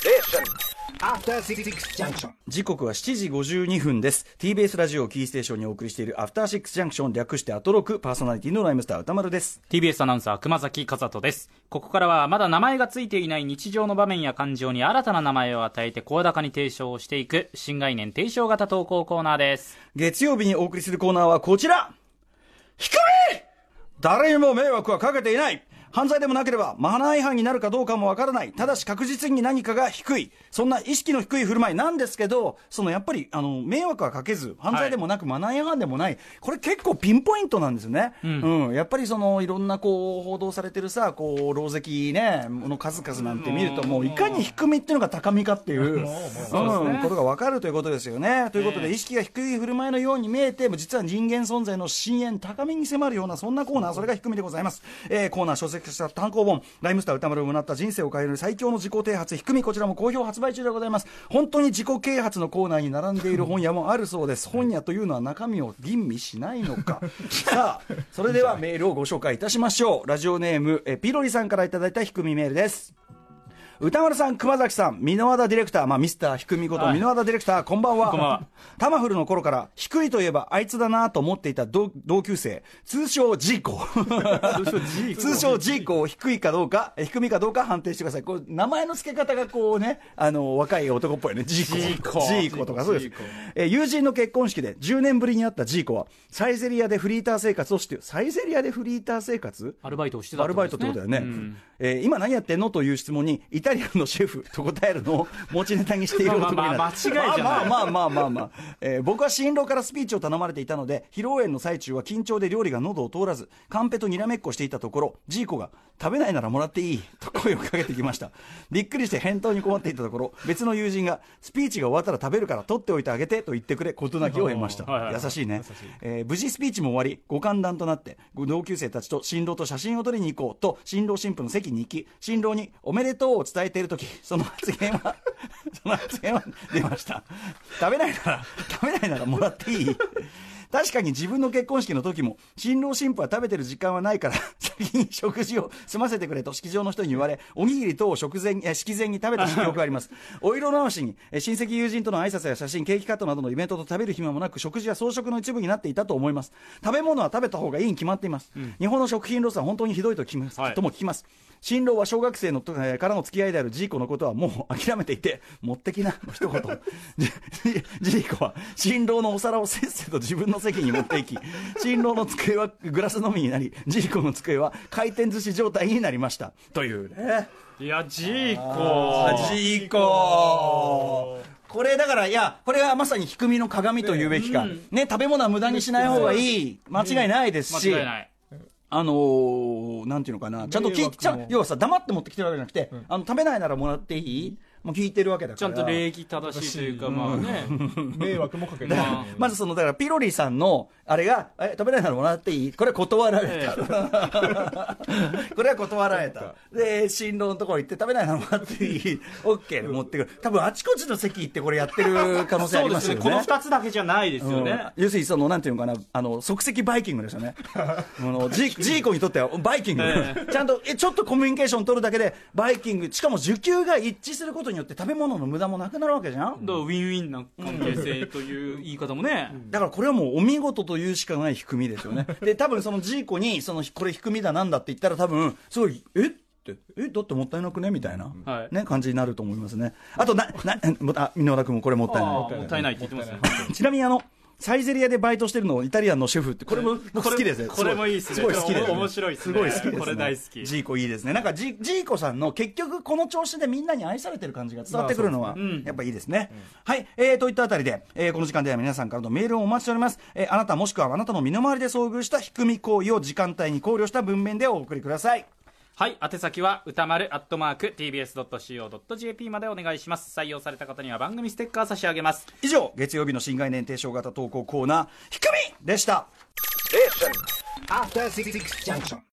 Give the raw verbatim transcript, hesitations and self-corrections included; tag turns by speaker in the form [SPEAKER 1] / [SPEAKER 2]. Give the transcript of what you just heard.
[SPEAKER 1] アフターシックスジャンクション。
[SPEAKER 2] 時刻はしちじごじゅうにふんです。 ティービーエス ラジオキーステーションにお送りしているアフターシックスジャンクション、略してアトロク。パーソナリティのライムスター歌丸です。
[SPEAKER 3] ティービーエス アナウンサー熊崎和人です。ここからはまだ名前がついていない日常の場面や感情に新たな名前を与えて声高に提唱していく新概念提唱型投稿コーナーです。
[SPEAKER 2] 月曜日にお送りするコーナーはこちら。低い。誰にも迷惑はかけていない。犯罪でもなければマナー違反になるかどうかもわからない。ただし確実に何かが低い、そんな意識の低い振る舞いなんですけど、そのやっぱりあの迷惑はかけず、犯罪でもなく、はい、マナー違反でもない、これ結構ピンポイントなんですよね。うん、うん、やっぱりそのいろんなこう報道されてるさ、こう狼藉ねの数々なんて見ると、もういかに低みっていうのが高みかっていう、うん、ことがわかるということですよね。ということで、意識が低い振る舞いのように見えても、実は人間存在の深淵高みに迫るような、そんなコーナー、それが低みでございます。えー、コーナー書籍した単行本、ライムスター歌丸を行った人生を変える最強の自己啓発低み、こちらも好評発売中でございます。本当に自己啓発のコーナーに並んでいる本屋もあるそうです。本屋というのは中身を吟味しないのか。さあ、それではメールをご紹介いたしましょう。ラジオネームえピロリさんからいただいた低みメールです。歌丸さん、熊崎さん、箕輪田ディレクター、まあ、ミスター低みこと箕輪田ディレクター、こんばんは。
[SPEAKER 3] こんばんは。
[SPEAKER 2] タマフルの頃から低いといえばあいつだなと思っていた 同, 同級生、通称ジーコ通称ジーコを低いかどうか低みかどうか判定してください。こう名前の付け方がこうね、あの若い男っぽいね。ジーコジーコとかそうです。え友人の結婚式でじゅうねんぶりに会ったジーコはサイゼリヤでフリーター生活をしている。サイゼリヤでフリーター生活、
[SPEAKER 3] アルバイトをしてたってことですね。
[SPEAKER 2] アルバイトってことだよね。うん、えー、今何やってんのという質問にイタリアンのシェフと答えるのを持ちネタにしている男になる。
[SPEAKER 3] まあまあ間違いじゃない。
[SPEAKER 2] まあまあまあまあまあ、えー、僕は新郎からスピーチを頼まれていたので、披露宴の最中は緊張で料理が喉を通らず、カンペとにらめっこしていたところ、ジーコが食べないならもらっていいと声をかけてきました。びっくりして返答に困っていたところ、別の友人がスピーチが終わったら食べるから取っておいてあげてと言ってくれ、事なきを得ました。優しいね。えー、無事スピーチも終わり、ご歓談となって同級生たちと新郎と写真を撮りに行こうと新郎新婦の席に行き、新郎におめでとうを伝えているとき、その発言はその発言は出ました。食べないなら食べないならもらっていい。確かに自分の結婚式の時も新郎新婦は食べてる時間はないから先に食事を済ませてくれと式場の人に言われ、おにぎり等を食前え式前に食べた記憶があります。お色直しにえ親戚友人との挨拶や写真、ケーキカットなどのイベントと食べる暇もなく、食事は装飾の一部になっていたと思います。食べ物は食べた方がいいに決まっています。うん、日本の食品ロスは本当にひどいと聞きます、はい、とも聞きます。新郎は小学生のと、えー、からの付き合いであるジーコのことはもう諦めていて、持ってきなの一言。ジーコは新郎のお皿をせっせと自分の席に持っていき、新郎の机はグラスのみになり、ジーコの机は回転寿司状態になりましたというね。
[SPEAKER 3] いやジーコ
[SPEAKER 2] ジーコこれだから、いやこれはまさに低みの鏡というべきか、うん、ね、食べ物は無駄にしない方がいい、間違いないですし、
[SPEAKER 3] 間違いない。
[SPEAKER 2] あのー、なんていうのかな、ちゃんと聞いて、ちゃん要はさ、黙って持ってきてるわけじゃなくて、うん、あの食べないならもらっていい、もう聞いてるわけだから、
[SPEAKER 3] ちゃんと礼儀正しいというか、まあね、
[SPEAKER 1] 迷惑もかけない。
[SPEAKER 2] まずそのだからピロリさんのあれが、え食べないならもらっていい、これは断られた、ええ、これは断られた。で新郎のところ行って食べないならもらっていい、オッケーで持ってくる。多分あちこちの席行ってこれやってる可能性ありますよね。
[SPEAKER 3] そうですね、このふたつだけじゃないですよね、
[SPEAKER 2] うん、要するにそのなんていうのかな、あの即席バイキングですよね。あのジーコにとってはバイキング、ええ、ちゃんとえちょっとコミュニケーション取るだけでバイキング、しかも受給が一致することによって食べ物の無駄もなくなるわけじゃん。
[SPEAKER 3] だからウィンウィンな関係性という言い方もね、
[SPEAKER 2] だからこれはもうお見事というしかない低みですよね。で多分そのジーコにそのこれ低みだなんだって言ったら、多分すごいえってえだってもったいなくねみたいな、はいね、感じになると思いますね。あとななあ箕輪田君もこれもったいない、
[SPEAKER 3] もったいないって言ってますね。
[SPEAKER 2] ちなみにあのサイゼリヤでバイトしてるのイタリアンのシェフって、これも好きですね。
[SPEAKER 3] これもいいですね。
[SPEAKER 2] すごい好きですね。
[SPEAKER 3] 面白いですね。
[SPEAKER 2] すごい好きですね。
[SPEAKER 3] これ大好き。
[SPEAKER 2] ジーコいいですね。なんかジジーコさんの結局この調子でみんなに愛されてる感じが伝わってくるのはやっぱいいですね。はい、えー、といったあたりで、えー、この時間では皆さんからのメールをお待ちしております。えー、あなたもしくはあなたの身の回りで遭遇した低み行為を時間帯に考慮した文面でお送りください。
[SPEAKER 3] はい、宛先は歌丸アットマーク ティービーエスドットシーオードットジェーピー までお願いします。採用された方には番組ステッカー差し上げます。
[SPEAKER 2] 以上、月曜日の新概念提唱型投稿コーナー低みでした。
[SPEAKER 1] After シックスジャンクション。